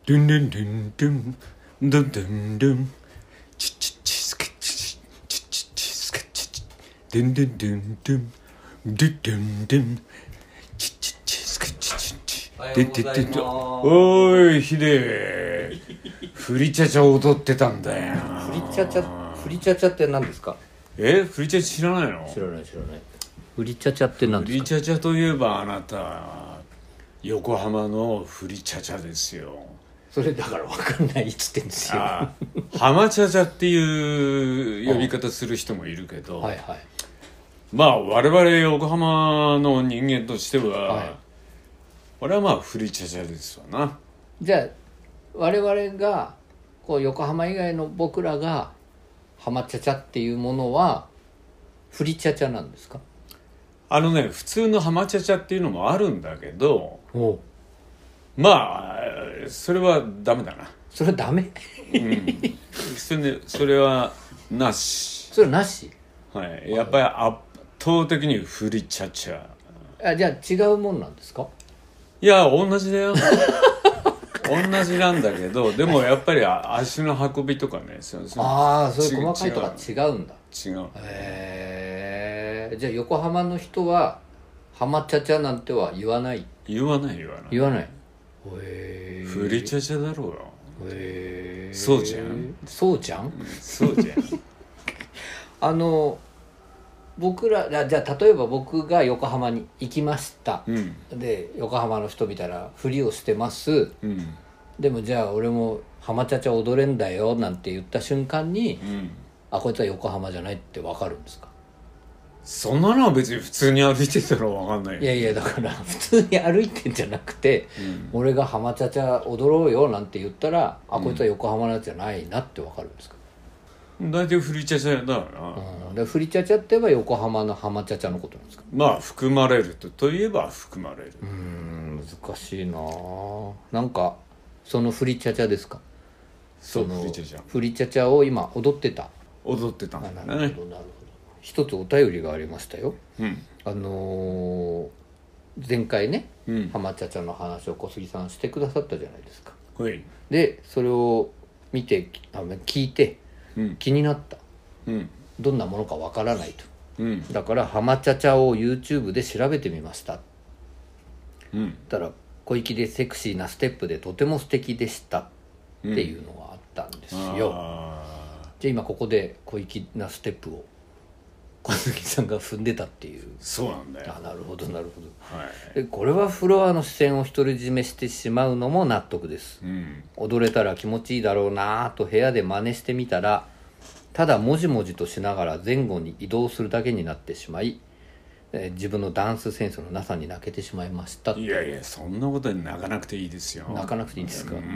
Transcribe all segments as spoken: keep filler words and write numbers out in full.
ドゥンドゥンドゥンドゥンドゥンドゥンドゥンチッチッチスカチッチッチッチスカチッドゥンドゥンドゥンドゥンドゥンドゥンドゥンチッチッチスカチッチッチおはようございます。 おーいヒデフリチャチャ踊ってたんだよ。 フリチャチャフリチャチャって何ですか？ えフリチャチャ知らないの？ 知らない知らない。フリチャチャって何ですか？ フリチャチャといえばあなた横浜のフリチャチャですよ。 それだから分かんないっつってんですよ。 ああハマチャチャっていう呼び方する人もいるけど、 はいはい。 まあ我々横浜の人間としては、はい、俺はまあフリチャチャですわな。 じゃあ我々がこう横浜以外の僕らがハマチャチャっていうものはフリチャチャなんですか？ あのね普通のハマチャチャっていうのもあるんだけど、 おまあそれはダメだな。 それはダメ？ うんそれ、ね、それはなし。 それはなし？ はい、やっぱり圧倒的にフリチャチャ。 あ、じゃあ違うもんなんですか？ いや同じだよ同じなんだけど、でもやっぱり足の運びとかね、そそああ、そういう細かいとか違うんだ。 違う。 へえー、じゃあ横浜の人はハマチャチャなんては言わない？ 言わない言わない言わない。へー、 フリチャチャだろうよ。 へー、 そうじゃんそうじゃんそうじゃんあの僕らじゃあ例えば僕が横浜に行きました、 うん、 で横浜の人見たらふりをしてます、 うん、 でもじゃあ俺もハマチャチャ踊れんだよなんて言った瞬間に、うん、あこいつは横浜じゃないって分かるんですか？ そんなのは別に普通に歩いてたら分かんないよ。 いやいやだから普通に歩いてんじゃなくて、うん、俺がハマチャチャ踊ろうよなんて言ったら、うん、あこいつは横浜のやつじゃないなって分かるんですか？ 大体フリチャチャだよな、 うん、でフリチャチャって言えば横浜のハマチャチャのことなんですか？ まあ含まれるとといえば含まれる。 うーん難しいな。なんかそのフリチャチャですか？ そうフリチャチャフリチャチャを今踊ってた踊ってたんだね。 なるほどなるほど。一つお便りがありましたよ、 うん、 あのー、前回ね、うん、ハマチャチャの話を小杉さんしてくださったじゃないですか。 はいでそれを見てあ聞いてうん、気になった、うん、どんなものかわからないと、うん、だからハマチャチャを YouTube で調べてみました、うん、だから小粋でセクシーなステップでとても素敵でしたっていうのがあったんですよ、うん、じゃあ今ここで小粋なステップを小杉さんが踏んでたっていう。 そうなんだよ。 あなるほどなるほど、 はい、 でこれはフロアの視線を独り占めしてしまうのも納得です、うん、踊れたら気持ちいいだろうなと部屋で真似してみたらただもじもじとしながら前後に移動するだけになってしまい、えー、自分のダンスセンスのなさに泣けてしまいました。 いやいやそんなことに泣かなくていいですよ。 泣かなくていいんですか、うん、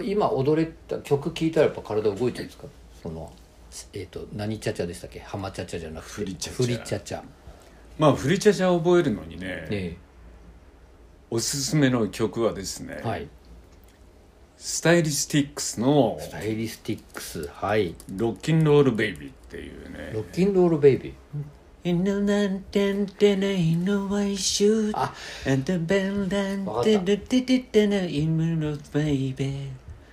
今踊れた曲聴いたらやっぱ体動いてるんですか？そのえー、と何チャチャでしたっけ？ハマチャチャじゃなくてフリチャチャ。 フリチャチャ。 まあフリチャチャを覚えるのにね、ええ、 おすすめの曲はですね、 はい、 スタイリスティックスのスタイリスティックス、はい、 ロッキンロールベイビーっていうね。 ロッキンロールベイビー。 In the mountain, in the white shoes, and the bell, and the in the baby.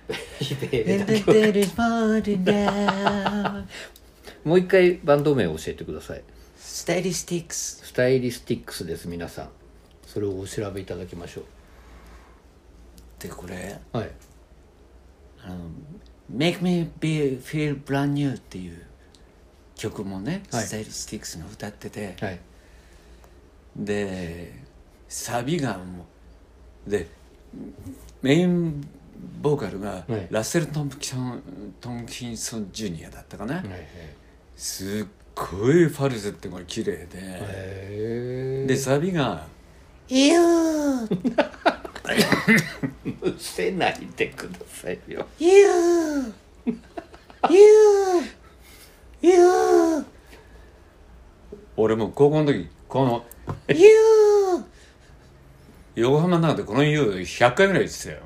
もう一回バンド名を教えてください。 スタイリスティックス。 スタイリスティックスです。皆さんそれをお調べいただきましょう。 でこれ、 はい、 あの Make Me Be Feel Brand New っていう曲もね、はい、スタイリスティックスが歌ってて、はい、でサビがもうでメインボーカルがラッセル・トンプキン、トンキンソン・ジュニアだったかな、はいはい、すっごいファルセットが綺麗で、でサビが「ユー」 むせないでくださいよ。 「ユー」「ユー」「ユー」俺も高校の時この「ユー」横浜の中でこのユーひゃっかいぐらい言ってたよ。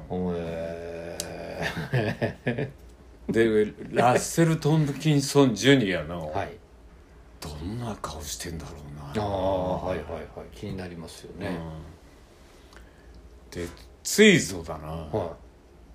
でラッセル・トンプキンソン・ジュニアの、はい、どんな顔してんだろうな。 ああはいはいはい気になりますよね、 うん、でついぞだな、は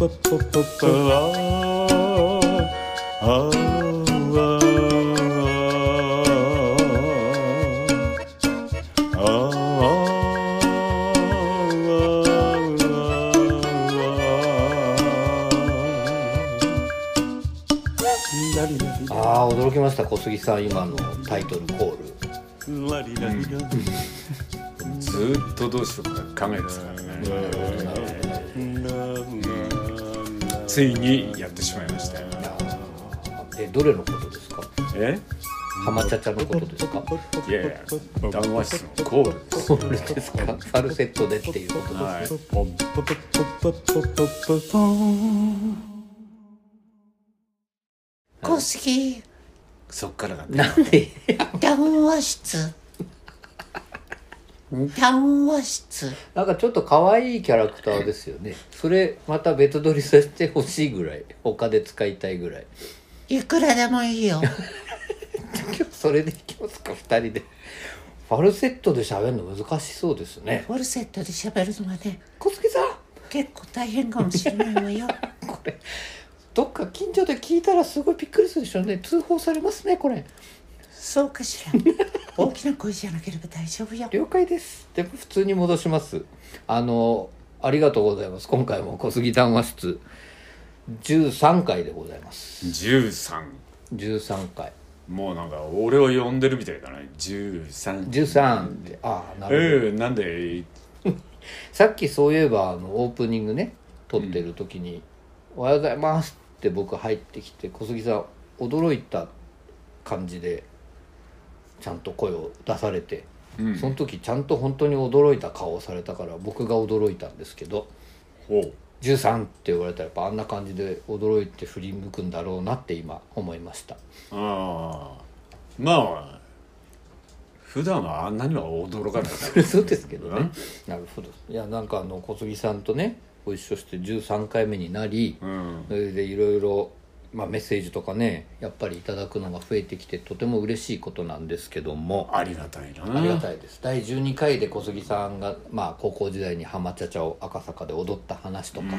あー驚きました。小杉さん今のタイトルコール、 うん、ずっとどうしようか考えてたからね、うん、ついにやってしまいましたよ。 えどれのことですか？ えハマチャチャのことですか？ いやいや談話室のコールです。 コールですか？ファルセットでっていうことですね、 はい、 小杉、 そっからだね。 なんで談話室談話室なんかちょっと可愛いキャラクターですよね。それまた別撮りさせてほしいぐらい、他で使いたいぐらい。 いくらでもいいよ。 今日それでいきますか、ふたりで。ファルセットで喋るの難しそうですね。 ファルセットで喋るのはね、 小杉さん結構大変かもしれないわよ。 これどっか近所で聞いたらすごいびっくりするでしょうね。通報されますねこれ。 そうかしら。大きな声じゃなければ大丈夫よ。 了解です。でも普通に戻します。あのありがとうございます。今回も小杉談話室じゅうさんかいでございます。 じゅうさんじゅうさんかい。 もうなんか俺を呼んでるみたいだね。じゅうさんじゅうさんってああなるほど、 えー、なんでさっきそういえばあのオープニングね撮ってる時に、うん、おはようございますって僕入ってきて、小杉さん驚いた感じでちゃんと声を出されて、うん、その時ちゃんと本当に驚いた顔をされたから僕が驚いたんですけど、 ほうじゅうさんって言われたらやっぱあんな感じで驚いて振り向くんだろうなって今思いました。 ああまあ普段はあんなには驚かないそうですけどね、うん、なるほど。いやなんかあの小杉さんとねご一緒してじゅうさんかいめになり、うん、それでいろいろまあ、メッセージとかねやっぱりいただくのが増えてきてとても嬉しいことなんですけども、 ありがたいな。 ありがたいです。だいじゅうにかいで小杉さんが、まあ、高校時代にハマチャチャを赤坂で踊った話とか、うんうん、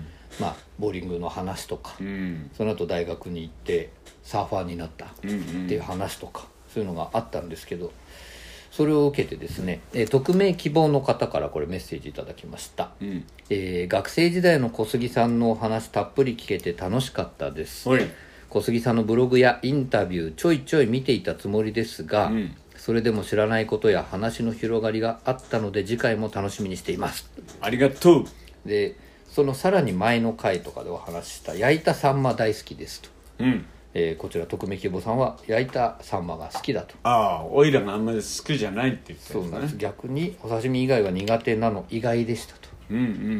まあ、ボーリングの話とか、うん、その後大学に行ってサーファーになったっていう話とか、うんうん、そういうのがあったんですけど、それを受けてですね、えー、匿名希望の方からこれメッセージいただきました、うん、えー、学生時代の小杉さんのお話たっぷり聞けて楽しかったです。小杉さんのブログやインタビューちょいちょい見ていたつもりですが、うん、それでも知らないことや話の広がりがあったので次回も楽しみにしています。 ありがとう。 でそのさらに前の回とかでお話しした焼いたサンマ大好きですと、うん、えー、こちら匿名希望さんは焼いたサンマが好きだと。 ああ、オイラがあんまり好きじゃないって言ってたんですね。 そうなんです。逆にお刺身以外は苦手なの意外でしたと、うんうん、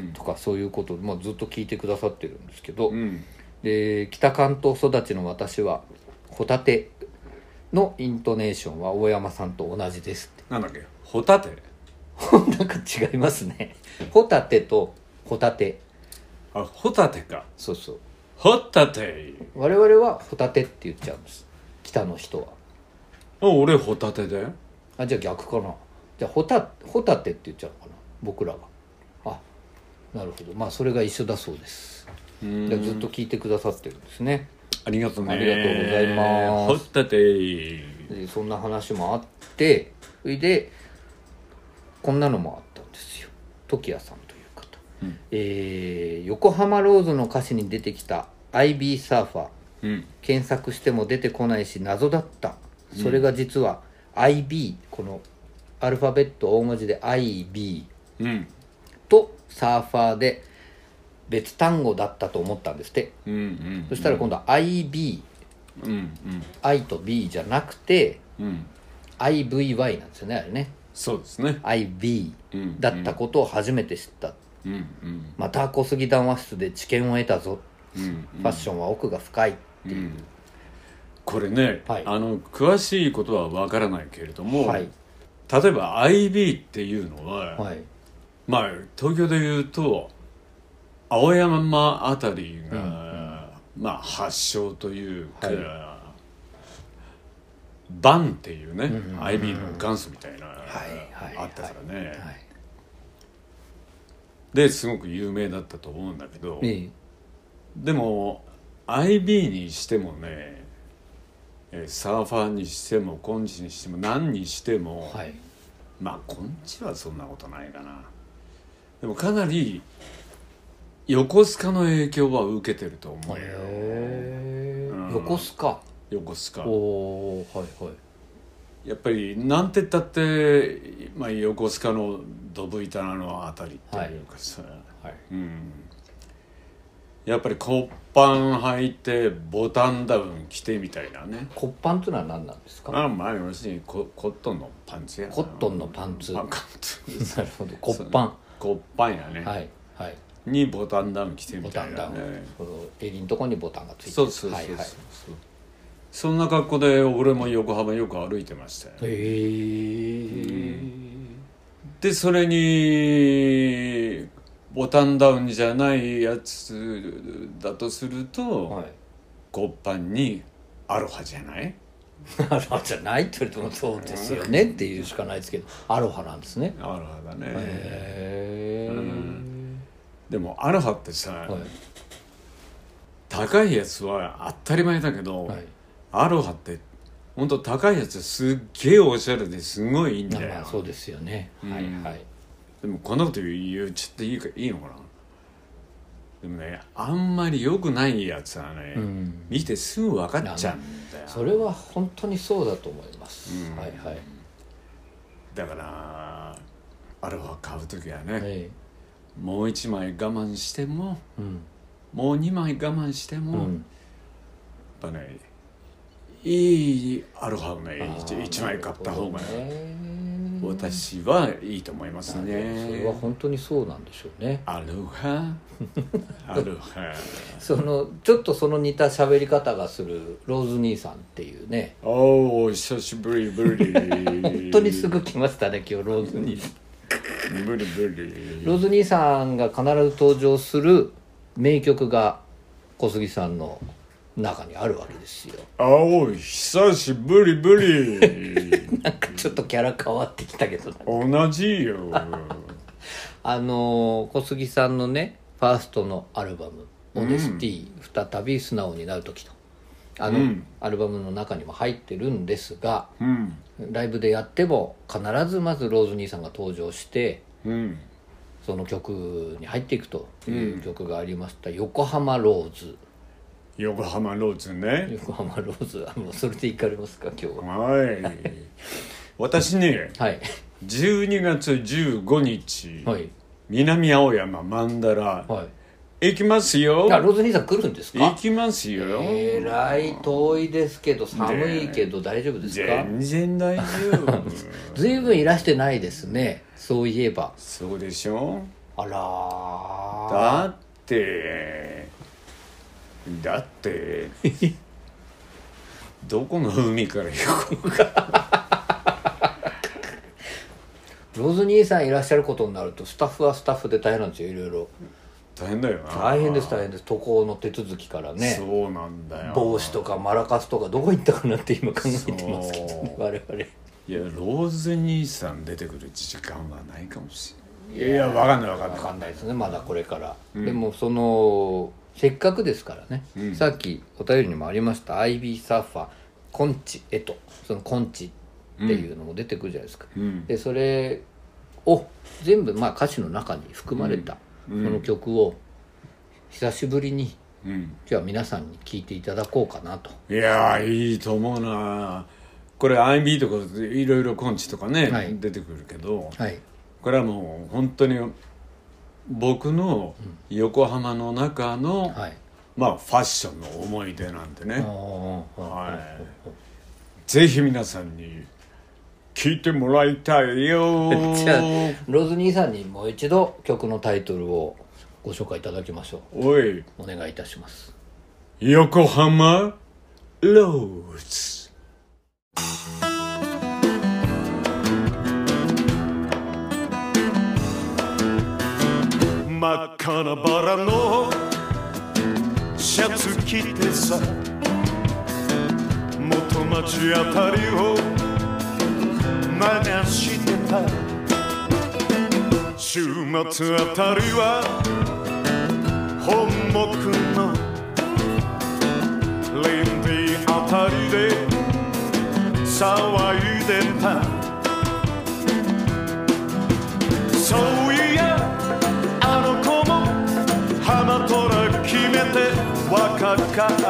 とかそういうことを、まあ、ずっと聞いてくださってるんですけど、うん、で北関東育ちの私はホタテのイントネーションは大山さんと同じですって。 なんだっけ、ホタテなんか違いますね。ホタテとホタテ。 あ、ホタテか。 そうそう、 ホタテ。 我々はホタテって言っちゃうんです、北の人は。 あ、俺ホタテだよ。 あ、じゃあ逆かな。じゃあホタホタテって言っちゃうのかな、僕らが。あ、なるほど。まあそれが一緒だそうです。じゃあずっと聞いてくださってるんですね。 ありがとうね。 ありがとうございます。 ホタテ。 でそんな話もあって、それでこんなのもあったんですよ。時矢さんという方、うん、えー、横浜ローズの歌詞に出てきた アイビー サーファー、うん、検索しても出てこないし謎だった。それが実は アイビー、このアルファベット大文字で アイビー、うん、とサーファーで別単語だったと思ったんですって、うんうんうん、そしたら今度は アイビー、うんうん、I と B じゃなくて、うん、アイブイワイ なんですよね、あれね。 そうですね。 アイビー だったことを初めて知った、うんうん、また小杉談話室で知見を得たぞ、うんうん、ファッションは奥が深いっていう、うん、 これね、はい、あの詳しいことは分からないけれども、はい、例えば アイビー っていうのは、はい、まあ東京でいうと青山あたりが、うんうん、まあ発祥というか、はい、バンっていうね、うんうん、アイビー の元祖みたいな、はいはい、あったからね、はいはい、ですごく有名だったと思うんだけど、ええ、でも アイビー にしてもね、サーファーにしてもコンチにしても何にしても、はい、まあコンチはそんなことないかな。でもかなり横須賀の影響は受けてると思うよ。へー、うん、横須賀横須賀、おー、はいはい、やっぱりなんて言ったって、まあ、横須賀のドブ板のあたりっていうかさ、はいはい、うん、やっぱりコッパン履いてボタンダウン着てみたいなね。 コッパンというのは何なんですか？ あ、まあ要するに コ, コットンのパンツやな。 コットンのパンツ、 なるほど、コッパンコッパンやね、はいはい、にボタンダウン着てみたいなね。 ボタンダウン、襟のところにボタンがついてる。 そうそうそうそう、はいはい、そんな格好で俺も横浜よく歩いてましたよ。へー、うん、でそれにボタンダウンじゃないやつだとすると、はい、コッパンにアロハじゃない？ アロハじゃないって言われてもそうですよねっていうしかないですけど、アロハなんですね。 アロハだね。へー、うん、でもアロハってさ、はい、高いやつは当たり前だけど、はい、アロハって本当高いやつすっげえおしゃれですごいいいんだよ。 まあそうですよね、うん、はいはい。 でもこんなこと言っちゃっていいか、いいのかな。でもね、あんまり良くないやつはね、うん、見てすぐ分かっちゃうんだよ。 それは本当にそうだと思います、うん、はいはい。 だからアロハ買うときはね、はい、もう一枚我慢しても、うん、もう二枚我慢しても、うん、やっぱね、いいアロハをね一枚買った方が私はいいと思いますね。 それは本当にそうなんでしょうね。 アロハアロハそのちょっとその似た喋り方がするローズ兄さんっていうね。 おー、久しぶりぶり本当にすぐ来ましたね今日ローズ兄さんブリブリ。 ローズ兄さんが必ず登場する名曲が小杉さんの中にあるわけですよ。 おい久しぶりぶりなんかちょっとキャラ変わってきたけど同じよあの小杉さんのねファーストのアルバム「オネスティ、再び素直になる時」とあの、うん、アルバムの中にも入ってるんですが、うん、ライブでやっても必ずまずローズ兄さんが登場して、うん、その曲に入っていくという曲がありました、うん、横浜ローズ。 横浜ローズね。 横浜ローズ、あのそれで行かれますか今日は。 はい私ね、はい、じゅうにがつじゅうごにち、はい、南青山曼荼羅、はい、行きますよ。 あ、ローズ兄さん来るんですか。 行きますよ。 えらい遠いですけど寒いけど大丈夫ですか。 全然大丈夫ずいぶんいらしてないですね、そういえば。 そうでしょ。 あらだってだってどこの海から行こうかローズ兄さんいらっしゃることになるとスタッフはスタッフで大変なんですよ。いろいろ大変だよな。 大変です大変です。渡航の手続きからね。 そうなんだよ。 帽子とかマラカスとかどこ行ったかなって今考えてますけどね我々。 いやローズ兄さん出てくる時間はないかもしれない。いやいや分かんない分かんない分かんないですねまだこれから、うん、でもそのせっかくですからね、うん、さっきお便りにもありましたアイビーサーファーコンチエト、そのコンチっていうのも出てくるじゃないですか、うん、でそれを全部まあ歌詞の中に含まれたその曲を久しぶりに、うん、今日は皆さんに聴いていただこうかなと。 いやいいと思うな。これ アイビー とかいろいろコンチとかね、はい、出てくるけど、はい、これはもう本当に僕の横浜の中の、うんはい、まあファッションの思い出なんでね、はい、ぜひ皆さんに聞いてもらいたいよじゃあローズ兄さんにもう一度曲のタイトルをご紹介いただきましょう。 おいお願いいたします。 横浜ローズ。真っ赤なバラのシャツ着てさ元町あたりを流してた。週末あたりは本木のレンディあたりで騒いでた。そういやあの子も浜虎決めて若かった。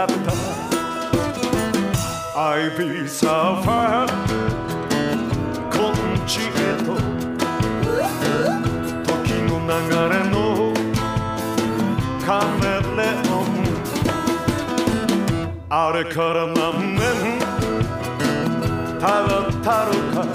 アイビーサーファーコンチエト時の流れのカメレオン。あれから何年ただたるか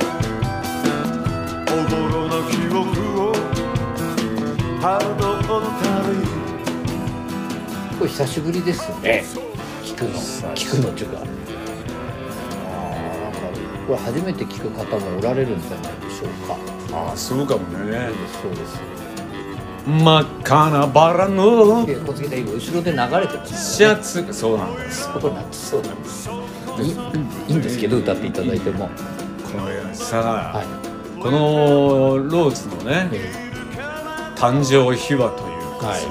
おぼろな記憶をたどったり。 これ久しぶりですね聞くの聞くのっていうか、あなんかこれ初めて聞く方もおられるんじゃないでしょうか。 ああそうかもね。 そうです。 真っ赤なバラのいや小杉さん今後ろで流れてますね。 シャツそうなんです。 そうなんですそうなんです。い い, いいんですけど歌っていただいても。 これさ、はい、このローズのね、えー、誕生秘話というか、はい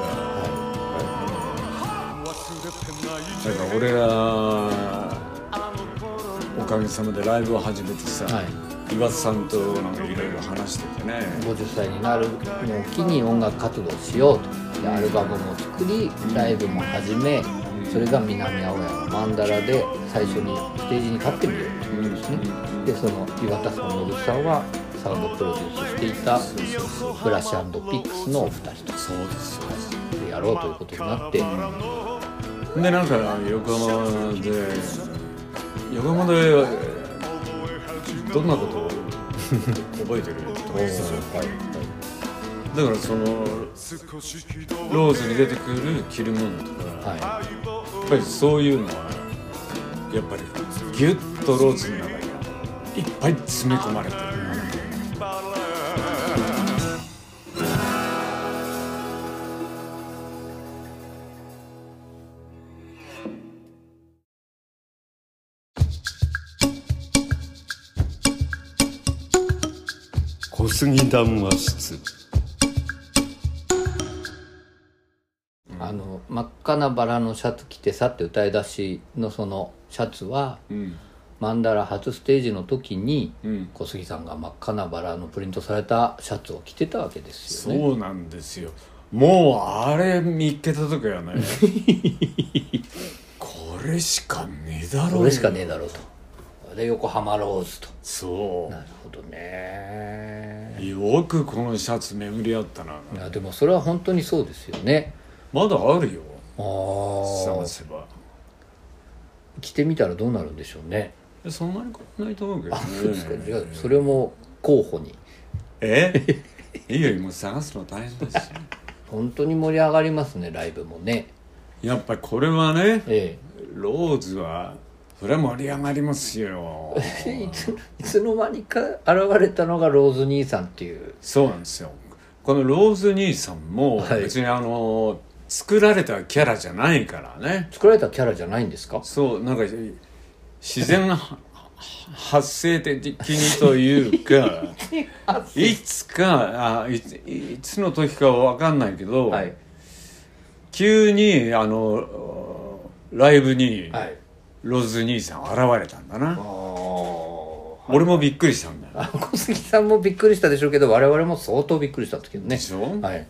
はい、だから俺らおかげさまでライブを始めてさ、はい、岩田さんとなんかいろいろ話しててねごじゅっさいになるのを機に音楽活動しようとでアルバムも作りライブも始め、それが南青山曼荼羅で最初にステージに立ってみようということですね。でその岩田さん野口さんはサウンドプロデュースしていたフラッシュ&ピックスのお二人とそうですでやろうということになって、 でなんか横浜で横浜でどんなことを覚えてるとかですよ、はいはい、だからそのローズに出てくる着るものとか、はい、やっぱりそういうのはやっぱりギュッとローズの中にいっぱい詰め込まれてる。 小杉談話室。 あの真っ赤なバラのシャツ着てさって歌い出しのそのシャツは、うん、マンダラ初ステージの時に、うん、小杉さんが真っ赤なバラのプリントされたシャツを着てたわけですよね。 そうなんですよ。もうあれ見っけた時はねこれしかねえだろうこれしかねえだろうと。で横浜ローズと。 そう。 なるほどね。 よくこのシャツ巡り合ったな。 いやでもそれは本当にそうですよね。 まだあるよ。 あ探せば着てみたらどうなるんでしょうね。 そんなに変わらないと思うけどね。 あ、そうですか。じゃあそれも候補に。 えいいよ、もう探すの大変だし本当に盛り上がりますね、ライブもね。 やっぱりこれはね、 ええ、 ローズはそれは盛り上がりますよいつ、いつの間にか現れたのがローズ兄さんっていう。 そうなんですよ。このローズ兄さんも別にあの、はい、作られたキャラじゃないからね。 作られたキャラじゃないんですか？ そう、なんか自然発生的にというかいつかあ い, いつの時かは分かんないけど、はい、急にあのライブにローズ兄さん現れたんだな、はい、俺もびっくりしたんだよ。 あ、小杉さんもびっくりしたでしょうけど、我々も相当びっくりしたんですけどね。 でしょ、 はい、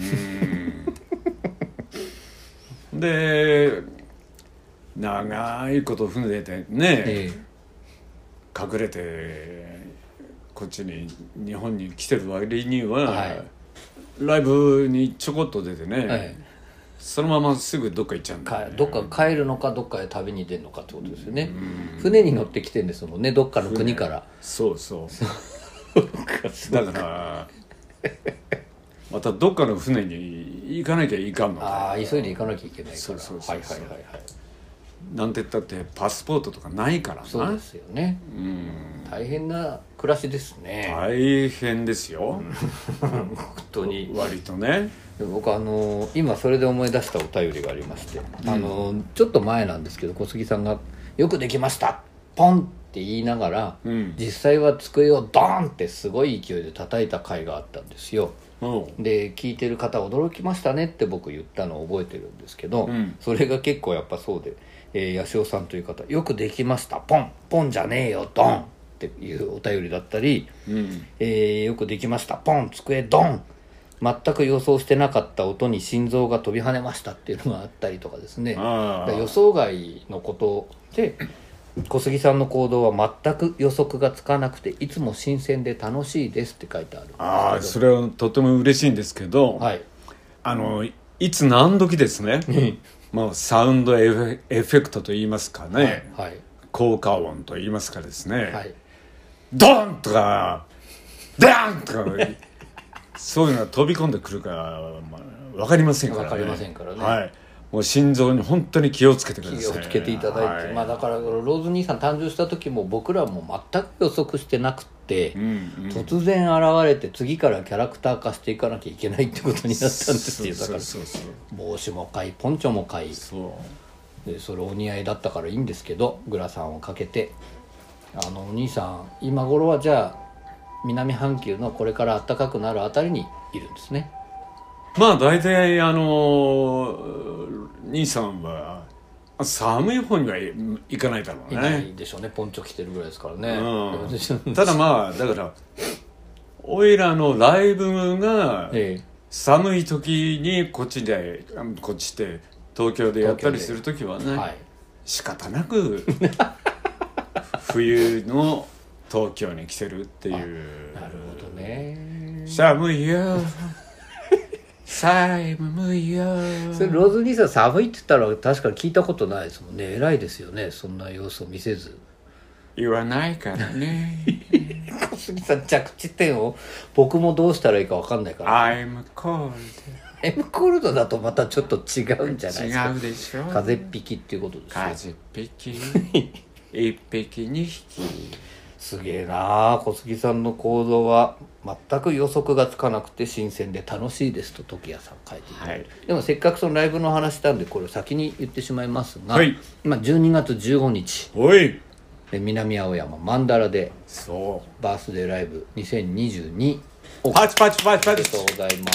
うんで長いこと船出てね、ええ、隠れてこっちに日本に来てる割には、はい、ライブにちょこっと出てね、はい、そのまますぐどっか行っちゃうんだよね。 どっか帰るのかどっかへ旅に出るのかってことですよね。船に乗ってきてるんですもんね、どっかの国から。 そうそうだからまたどっかの船に行かなきゃいかんのか。 ああ、急いで行かなきゃいけないから。 そうそうそうそう、 はいはいはいはい。 なんて言ったってパスポートとかないからな。 そうですよね。うん、大変な暮らしですね。 大変ですよ本当に割とね。 僕あの今それで思い出したお便りがありまして、うん、あのちょっと前なんですけど、小杉さんがよくできましたポンって言いながら、うん、実際は机をドーンってすごい勢いで叩いた回があったんですよ。で聞いてる方驚きましたねって僕言ったのを覚えてるんですけど、うん、それが結構やっぱそうで、えー、八代さんという方よくできましたポンポンじゃねえよドンっていうお便りだったり、うんえー、よくできましたポン机ドン全く予想してなかった音に心臓が飛び跳ねましたっていうのがあったりとかですね。だ予想外のことで小杉さんの行動は全く予測がつかなくていつも新鮮で楽しいですって書いてあるんですけど。 ああ、それはとても嬉しいんですけど、はい、あのいつ何時ですねまあ、サウンドエフェクトといいますかね、はいはい、効果音といいますかですね、はい、ドンとかダンとかそういうのが飛び込んでくるか、まあ、分かりませんからね。 分かりませんからね、 はい、もう心臓に本当に気をつけてください。 気をつけていただいて、はい、まあ、だからローズ兄さん誕生した時も僕らも全く予測してなくて、うんうん、突然現れて次からキャラクター化していかなきゃいけないってことになったんですよ。だから帽子も買いポンチョも買い、そうでそれお似合いだったからいいんですけど、グラサンをかけて、あのお兄さん今頃はじゃあ南半球のこれから暖かくなるあたりにいるんですね。 まあ大体あの兄さんは寒い方には行かないだろうね。 いないでしょうね、ポンチョ着てるぐらいですからね、 うん、ただまあだからおいらのライブが寒い時にこっちでこっちで東京でやったりする時はね、はい、仕方なく冬の東京に来てるっていう。なるほどね。 寒いよ寒いよ。 それローズ兄さん寒いって言ったら確かに聞いたことないですもんね。偉いですよね、そんな様子を見せず。 言わないからね小杉さん着地点を僕もどうしたらいいか分かんないから、 ね、I'm cold I'm cold だとまたちょっと違うんじゃないですか。 違うでしょ。 風邪っ引きっていうことですよ。 風邪っ引き一匹二匹。 すげえな、小杉さんの行動は全く予測がつかなくて新鮮で楽しいですと時矢さん書いていて、はい、でもせっかくそのライブの話したんでこれを先に言ってしまいますが、はい、今じゅうにがつじゅうごにち、 おいで南青山マンダラでそうバースデーライブにせんにじゅうにパチパチパチパチありがとうございます。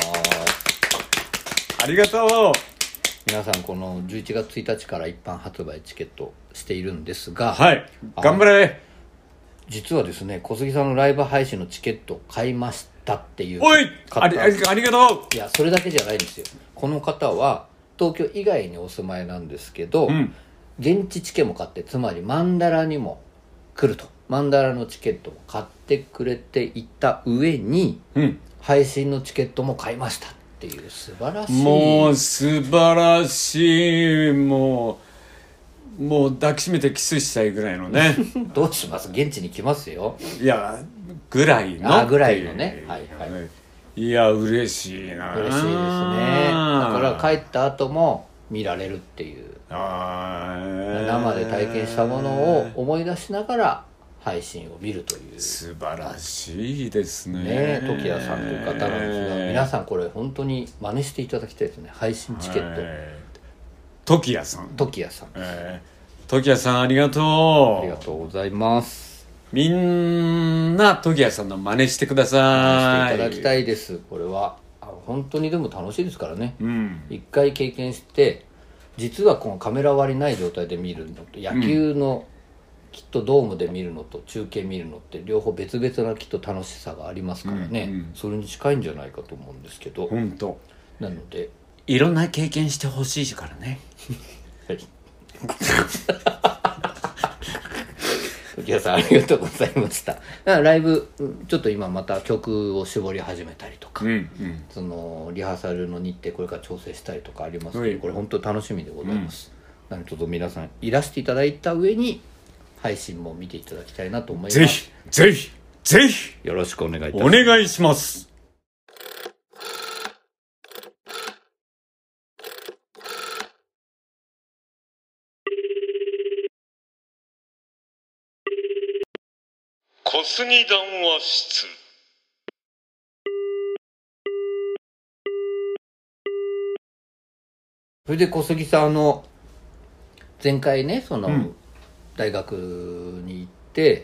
ありがとう。 皆さんこのじゅういちがつついたちから一般発売チケットしているんですが、 はい頑張れ。 実はですね小杉さんのライブ配信のチケットを買いましたっていうおいありありありがとう。いやそれだけじゃないんですよ。この方は東京以外にお住まいなんですけど、 う、うん、 現地チケも買って、つまりマンダラにも来ると、マンダラのチケットも買ってくれていた上に、 うん、 配信のチケットも買いましたっていう素晴らしい。 もう素晴らしい。もうもう抱きしめてキスしたいぐらいのねどうします？現地に来ますよ。 いやぐらいのあぐらいのね、はいはい、 いや嬉しいな。 嬉しいですね。だから帰った後も見られるっていう、 あ生で体験したものを思い出しながら配信を見るという。 素晴らしいですね。 ね、時矢さんという方なんですが、皆さんこれ本当に真似していただきたいですね。配信チケット、 時矢さん時矢さん、 えー、時矢さんありがとう。 ありがとうございます。 みんな時矢さんの真似してください。 していただきたいです。これは本当にでも楽しいですからね、 うん、 一回経験して、実はこのカメラ割りない状態で見るのと、野球のきっとドームで見るのと中継見るのって両方別々なきっと楽しさがありますからね、うんうん、それに近いんじゃないかと思うんですけど、 本当なのでいろんな経験してほしいからねはい時矢さんありがとうございました。だからライブちょっと今また曲を絞り始めたりとか、うんうん、そのリハーサルの日程これから調整したりとかありますので、うん、これ本当楽しみでございます、うん、なのでちょっと皆さんいらしていただいた上に配信も見ていただきたいなと思います。 ぜひぜひぜひよろしくお願いいたします。 お願いします。小杉談話室。 それで小杉さんの前回ねその、うん、大学に行って、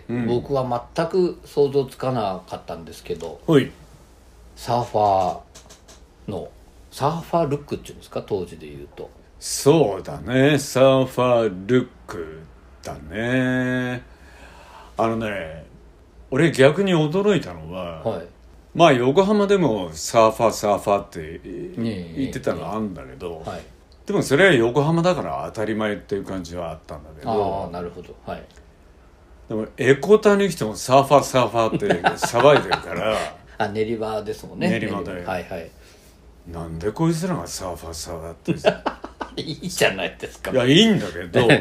うん、僕は全く想像つかなかったんですけど、 はい、 サーファーのサーファールックっていうんですか、当時で言うと。 そうだね、サーファールックだね。あのね、俺逆に驚いたのは、はい、まあ横浜でもサーファーサーファーって言ってたのあるんだけど、はい、でもそれは横浜だから当たり前っていう感じはあったんだけど、 ああなるほど、はい、 でもエコタに来てもサーファーサーファーって騒いでるからあ練馬ですもんね。 練馬で、 はいはい、 なんでこいつらがサーファーサーファーっていいじゃないですか。 いやいいんだけど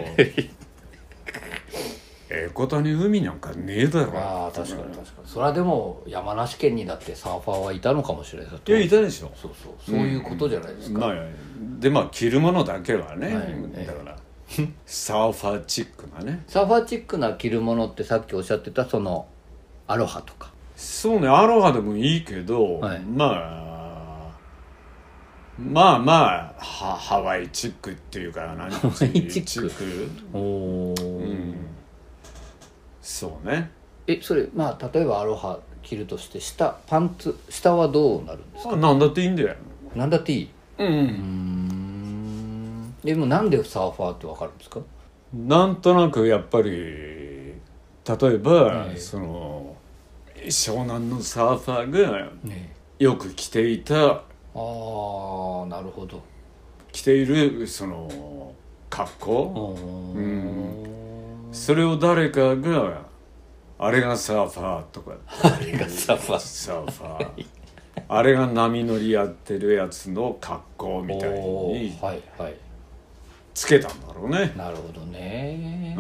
エコタに海なんかねえだろ。 ああ確かに確かに。それはでも山梨県にだってサーファーはいたのかもしれない。 いやいたでしょ。 そうそうそういうことじゃないですか、 うん、まあでまあ着るものだけはね、はい、だからサーファーチックなねサーファーチックな着るものってさっきおっしゃってたそのアロハとか。 そうね、アロハでもいいけど、はい、まあまあまあハ, ハワイチックっていうか何ハワイチックおー、うん、そうね。 えそれまあ例えばアロハ着るとして下パンツ下はどうなるんですか。 あなんだっていいんだよ。 なんだっていい。 うん、うん、うーん。でもなんでサーファーってわかるんですか。 なんとなくやっぱり例えば、はい、その湘南のサーファーがよく着ていた、ね、ああなるほど着ているその格好、うん、それを誰かがあれがサーファーとかあれがサーファーサーファーあれが波乗りやってるやつの格好みたいにつけたんだろうね、はいはい、 なるほどね、うん、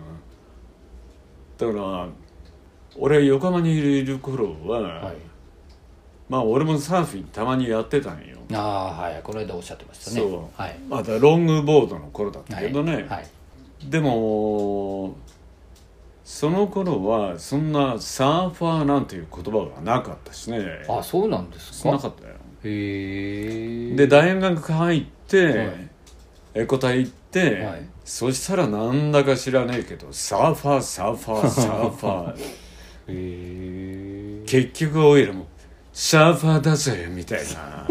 だから俺横浜にいる頃は、はい、まあ俺もサーフィンたまにやってたんよ。 ああはいこの間おっしゃってましたね。 そう、 はい、 まだロングボードの頃だったけどね、はいはい、でもその頃はそんなサーファーなんていう言葉がなかったしね。 あそうなんですか。 なかったよ。 へえ。 で大学入って、はい、エコタ行って、はい、 そしたらなんだか知らねえけどサーファーサーファーサーファーへえ。 結局オイルもサーファーだぜみたいな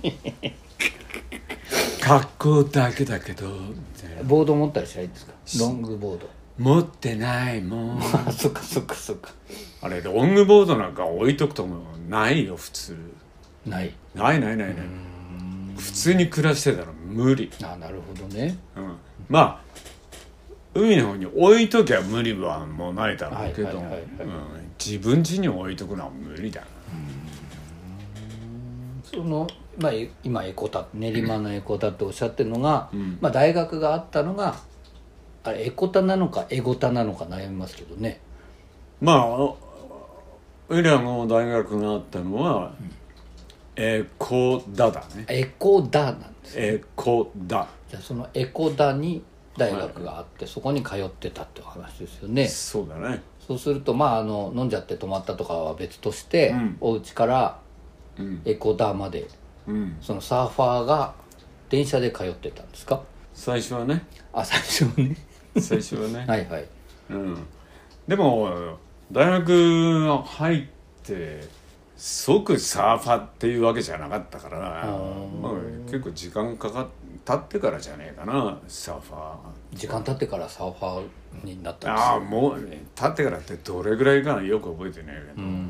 格好だけだけどボード持ったりしないんですか？ロングボード持ってないもんあ、そっかそっかそっか。 あれロングボードなんか置いとくともないよ普通。 ないないないないない普通に暮らしてたら無理。 あ、なるほどね、 うん、まあ海の方に置いときゃ無理はもうないだろうけど自分家に置いとくのは無理だな。 その、まあ、今エコタ練馬のエコタっておっしゃってるのが、 うん、 まあ、大学があったのがあれエコタなのかエゴタなのか悩みますけどね。 まあ俺らの大学があったのは、うん、エコダだね。 エコダなんですね。 エコダ。 じゃあそのエコダに大学があって、はい、そこに通ってたってお話ですよね。 そうだね。 そうするとまああの飲んじゃって泊まったとかは別として、うん、お家からエコダまで、うん、そのサーファーが電車で通ってたんですか？ 最初はね。 あ、最初はね最初はねはいはい、 うん、でも大学入って即サーファーっていうわけじゃなかったから、まあ、結構時間かかっ経ってからじゃねえかなサーファー。 時間経ってからサーファーになったんですよ。ああもう、ね、経ってからってどれぐらいかよく覚えてねえけど。うん、うん、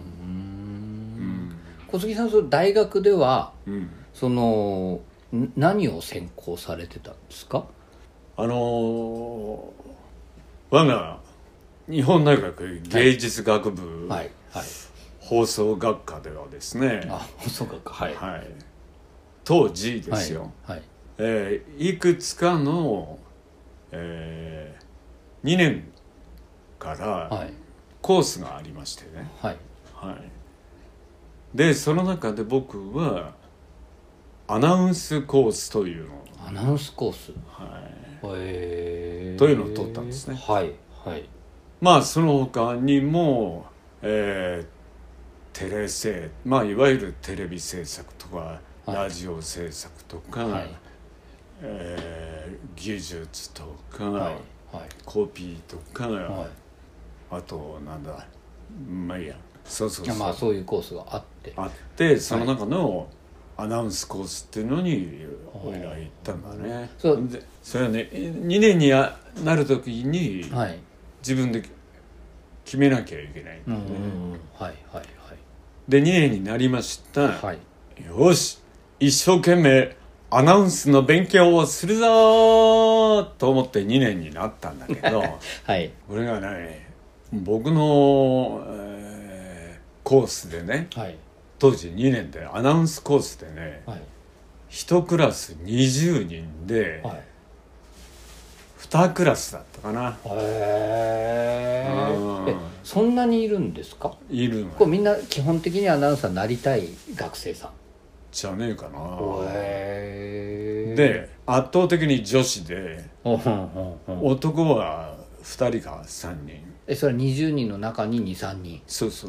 小杉さんその大学では、うん、その何を専攻されてたんですか？ あのー、我が日本大学芸術学部、はいはいはい、放送学科ではですね。 あ、放送学科、はい、 はい、当時ですよ、はいはい、えー、いくつかの、えー、にねんからコースがありましてね、はいはい、でその中で僕はアナウンスコースというのアナウンスコース、 はいへーというのを取ったんですね。 はいはい。 まあその他にも、えー、テレ制まあいわゆるテレビ制作とか、はい、ラジオ制作とか、はい、えー、技術とか、はいはい、コピーとか、はい、あとなんだまあいいやそうそうそうまあそういうコースがあってあってその中の、はいアナウンスコースっていうのに俺ら行ったんだね。そうでそれはねにねんになる時に自分で決めなきゃいけないんだよね、うんうん、はいはいはい。でにねんになりました、はい、よし一生懸命アナウンスの勉強をするぞと思ってにねんになったんだけど、はい、俺がね僕の、えー、コースでね、はい当時にねんでアナウンスコースでね、はい、いちクラスにじゅうにんで、はい、にクラスだったかな。 へーえそんなにいるんですか？ いるのこれみんな基本的にアナウンサーになりたい学生さんじゃねえかな。 へーで圧倒的に女子で男はふたりかさんにんえそれはにじゅうにんの中に にさんにんそうそう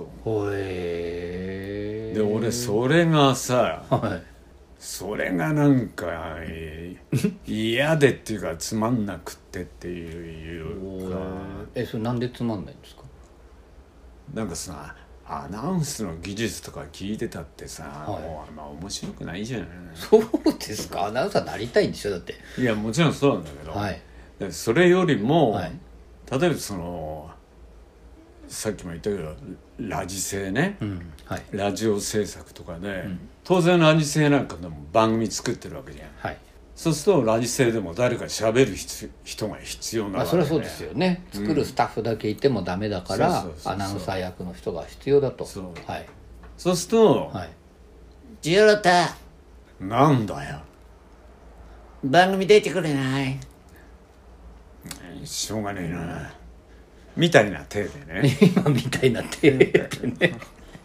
へえで俺それがさ、はい、それがなんか嫌でっていうかつまんなくってっていうかえそれなんでつまんないんですか？ なんかさアナウンスの技術とか聞いてたってさ、はい、もうあんま面白くないじゃない。 そうですかアナウンサーなりたいんでしょだって。 いやもちろんそうなんだけど、はい、それよりも、はい、例えばそのさっきも言ったけどラジ制ね、うんはい、ラジオ制作とかで、うん、当然ラジ制なんかでも番組作ってるわけじゃん、はい、そうするとラジ制でも誰か喋る人が必要なわけで、 まあ、それはそうですよね作るスタッフだけいてもダメだから、うん、アナウンサー役の人が必要だとそう、はい、 そうすると、はい、 ジロタなんだよ番組出てくれないしょうがねえなみたいな体でね今みたいな体でね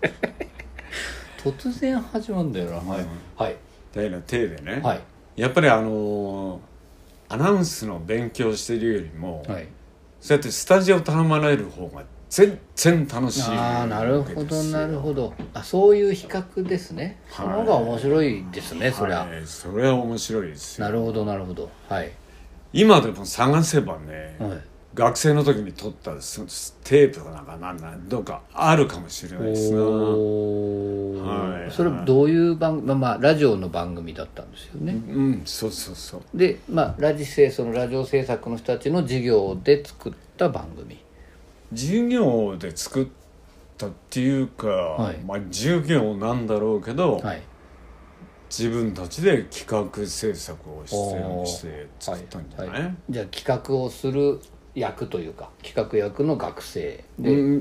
突然始まるんだよな、うん、はい、はい、 みたいな体でね、はい、やっぱりあのー、アナウンスの勉強してるよりも、はい、そうやってスタジオ頼まれる方が全然楽しい。 ああなるほどなるほどあそういう比較ですね、はい、その方が面白いですねそりゃ、はい、 それは面白いですよ。 なるほどなるほどはい今でも探せばね、 はい、 学生の時に撮ったテープなんかなんなんどうかあるかもしれないですな。 はい、それどういう番組、まあ、まあラジオの番組だったんですよね。 うん、そうそうそう。 で、まあラジ制そのラジオ制作の人たちの授業で作った番組。 授業で作ったっていうか、はい、まあ授業なんだろうけど、はい、自分たちで企画制作をして作ったんじゃない？はいはい、 じゃあ企画をする役というか企画役の学生で、 うん、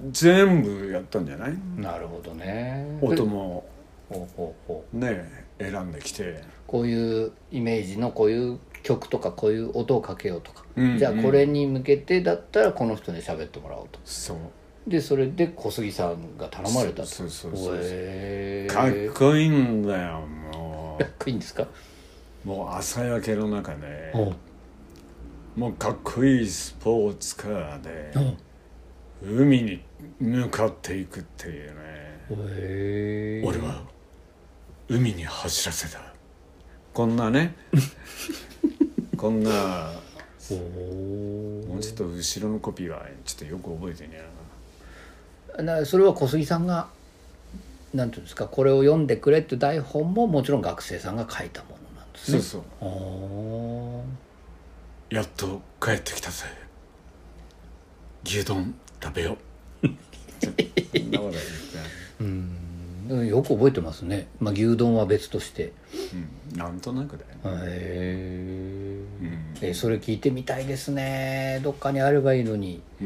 全部やったんじゃない？ なるほどね。 音もね選んできて、 こういうイメージのこういう曲とかこういう音をかけようとか、うんうん、じゃあこれに向けてだったらこの人に喋ってもらおうと。 そうでそれで小杉さんが頼まれたと。 そうそうそうそう、えー、かっこいいんだよもう。 かっこいいんですか？ もう朝焼けの中でもうかっこいいスポーツカーで海に向かっていくっていうね、えー、俺は海に走らせたこんなねこんなもうちょっと後ろのコピーはちょっとよく覚えてねえな。それは小杉さんがなんていうんですか、これを読んでくれっていう台本ももちろん学生さんが書いたものなんですね。 そうそう。やっと帰ってきたぜ、牛丼食べよううん、よく覚えてますね。まあ牛丼は別として、 うん、なんとなくだよね。 へー、うん、えそれ聞いてみたいですね。どっかにあればいいのに、うん、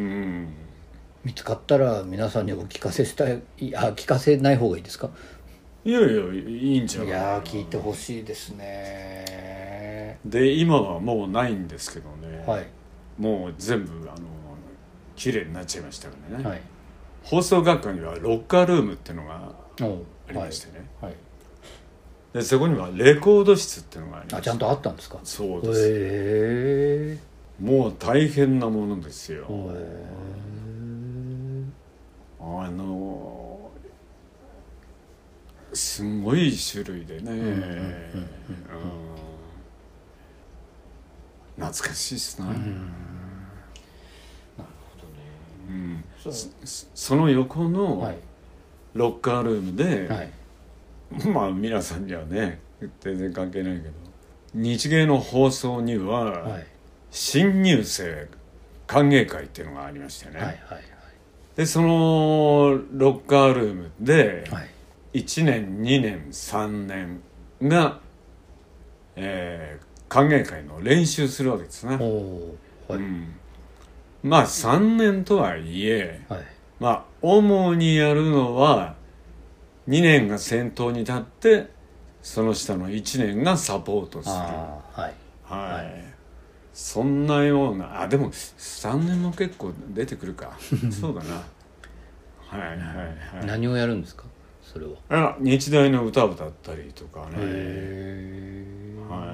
見つかったら皆さんにお聞かせしたい。いや聞かせない方がいいですか？ いやいやいいんじゃない。 いや聞いてほしいですね。 で今はもうないんですけどね、 はい、 もう全部あの綺麗になっちゃいましたからね、はい、放送学科にはロッカールームっていうのがありましてね、はいはい、でそこにはレコード室っていうのがありました。 あちゃんとあったんですか？ そうです。へー、もう大変なものですよ。へー、あのすごい種類でね、うんうんうんうん、懐かしいっすな、うん、なるほどね、うん、そ, その横のロッカールームで、はい、まあ皆さんにはね全然関係ないけど日芸の放送には、はい、新入生歓迎会っていうのがありましてね、はいはいはい、でそのロッカールームで、はい、いちねんにねんさんねんが、えー、歓迎会の練習するわけですね、はい、うん、まあさんねんとはいえ、はい、まあ主にやるのはにねんが先頭に立ってその下のいちねんがサポートする、はいはいはい、そんなようなあでもさんねんも結構出てくるかそうだなはいはいはい。 何をやるんですかそれは？ あ日大の歌を歌ったりとかね、へー、はい、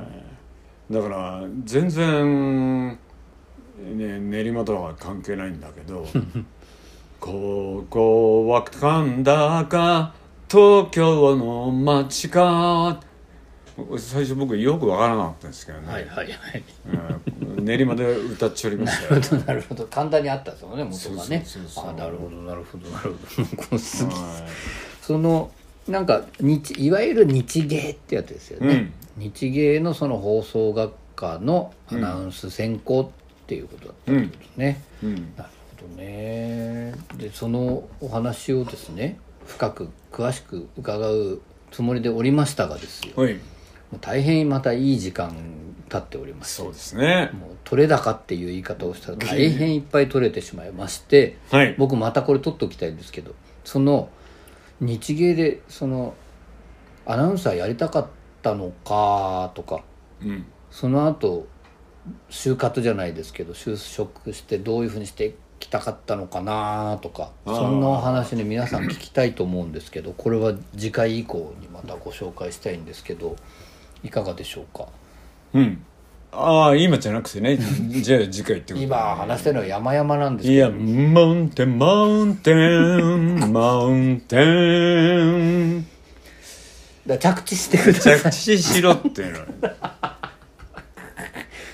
だから全然、ね、練馬とは関係ないんだけどここは神田か東京の街か最初僕よくわからなかったんですけどね、はいはいはい、うん、練馬で歌っちゃりましたよ。 なるほどなるほど、簡単にあったんですよね元がね。あなるほどなるほどなるほどそのなんか日いわゆる日芸ってやつですよね、うん、日芸のその放送学科のアナウンス専攻っていうことだったんですね、うんうん、なるほどね。でそのお話をですね深く詳しく伺うつもりでおりましたがですよ、はい、もう大変またいい時間経っております。 そうですね、 もう取れ高っていう言い方をしたら大変いっぱい取れてしまいまして、はい、僕またこれ取っておきたいんですけど、その日芸でそのアナウンサーやりたかったのかとか、うん、その後就活じゃないですけど就職してどういうふうにしてきたかったのかなとか、そんなお話ね皆さん聞きたいと思うんですけど、これは次回以降にまたご紹介したいんですけどいかがでしょうか？ うん、ああ今じゃなくてねじゃあ次回ってこと、ね、 今話してるのは山々なんですけど、 いやマウンテンマウンテンマウンテンだ着地してください。 着地しろっていうの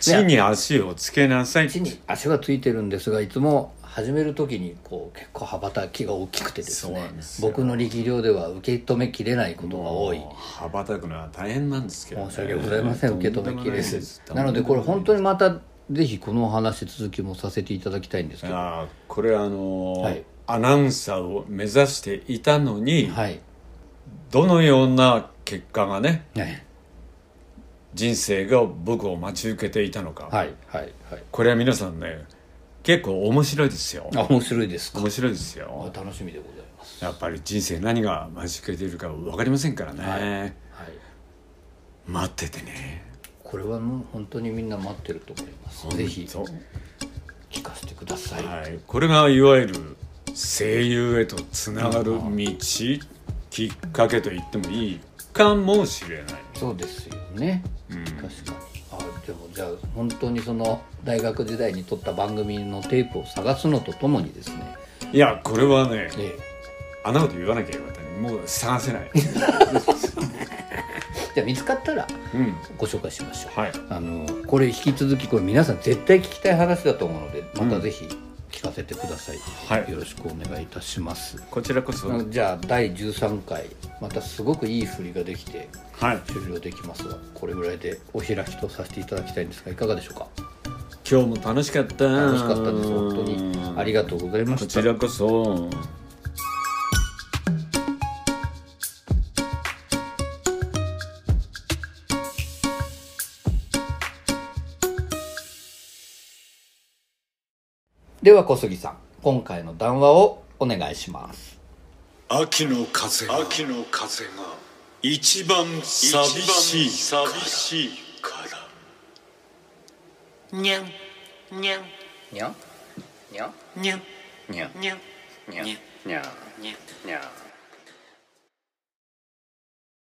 地に足をつけなさい。 地に足はついてるんですが、いつも始める時にこう結構羽ばたきが大きくてですね、僕の力量では受け止めきれないことが多い。 羽ばたくのは大変なんですけど、ね、 申し訳ございません。受け止めきれず。なのでこれ本当にまたぜひこのお話続きもさせていただきたいんですけど、 あこれあのーはい、アナウンサーを目指していたのに、はい、どのような結果がね、はい、人生が僕を待ち受けていたのか、はいはいはい、これは皆さんね結構面白いですよ。 あ、面白いですか。 面白いですよ。 楽しみでございます。 やっぱり人生何が待ち受けているか分かりませんからね、はいはい、待っててね。 これはもう本当にみんな待ってると思います。ぜひ聞かせてください、はい、 これがいわゆる声優へとつながる道、きっかけと言ってもいいかもしれない。 そうですよね、うん、確かに。あ、でもじゃあ本当にその大学時代に撮った番組のテープを探すのとともにですね、 いやこれはね、ええ、あんなこと言わなきゃよかったね。もう探せないじゃあ見つかったらご紹介しましょう、うん、はい、あのこれ引き続きこれ皆さん絶対聞きたい話だと思うのでまたぜひ聞かせてください、うん、よろしくお願いいたします。 こちらこそ。 じゃあだいじゅうさんかいまたすごくいい振りができて終了できますが、はい、これぐらいでお開きとさせていただきたいんですがいかがでしょうか。 今日も楽しかった。 楽しかったです。本当にありがとうございました。 こちらこそ。 では小杉さん、今回の談話をお願いします。 秋の風が秋の風が一番寂しい寂しいからにゃんにゃんにゃんにゃんにゃんにゃんにゃんにゃんにゃんにゃん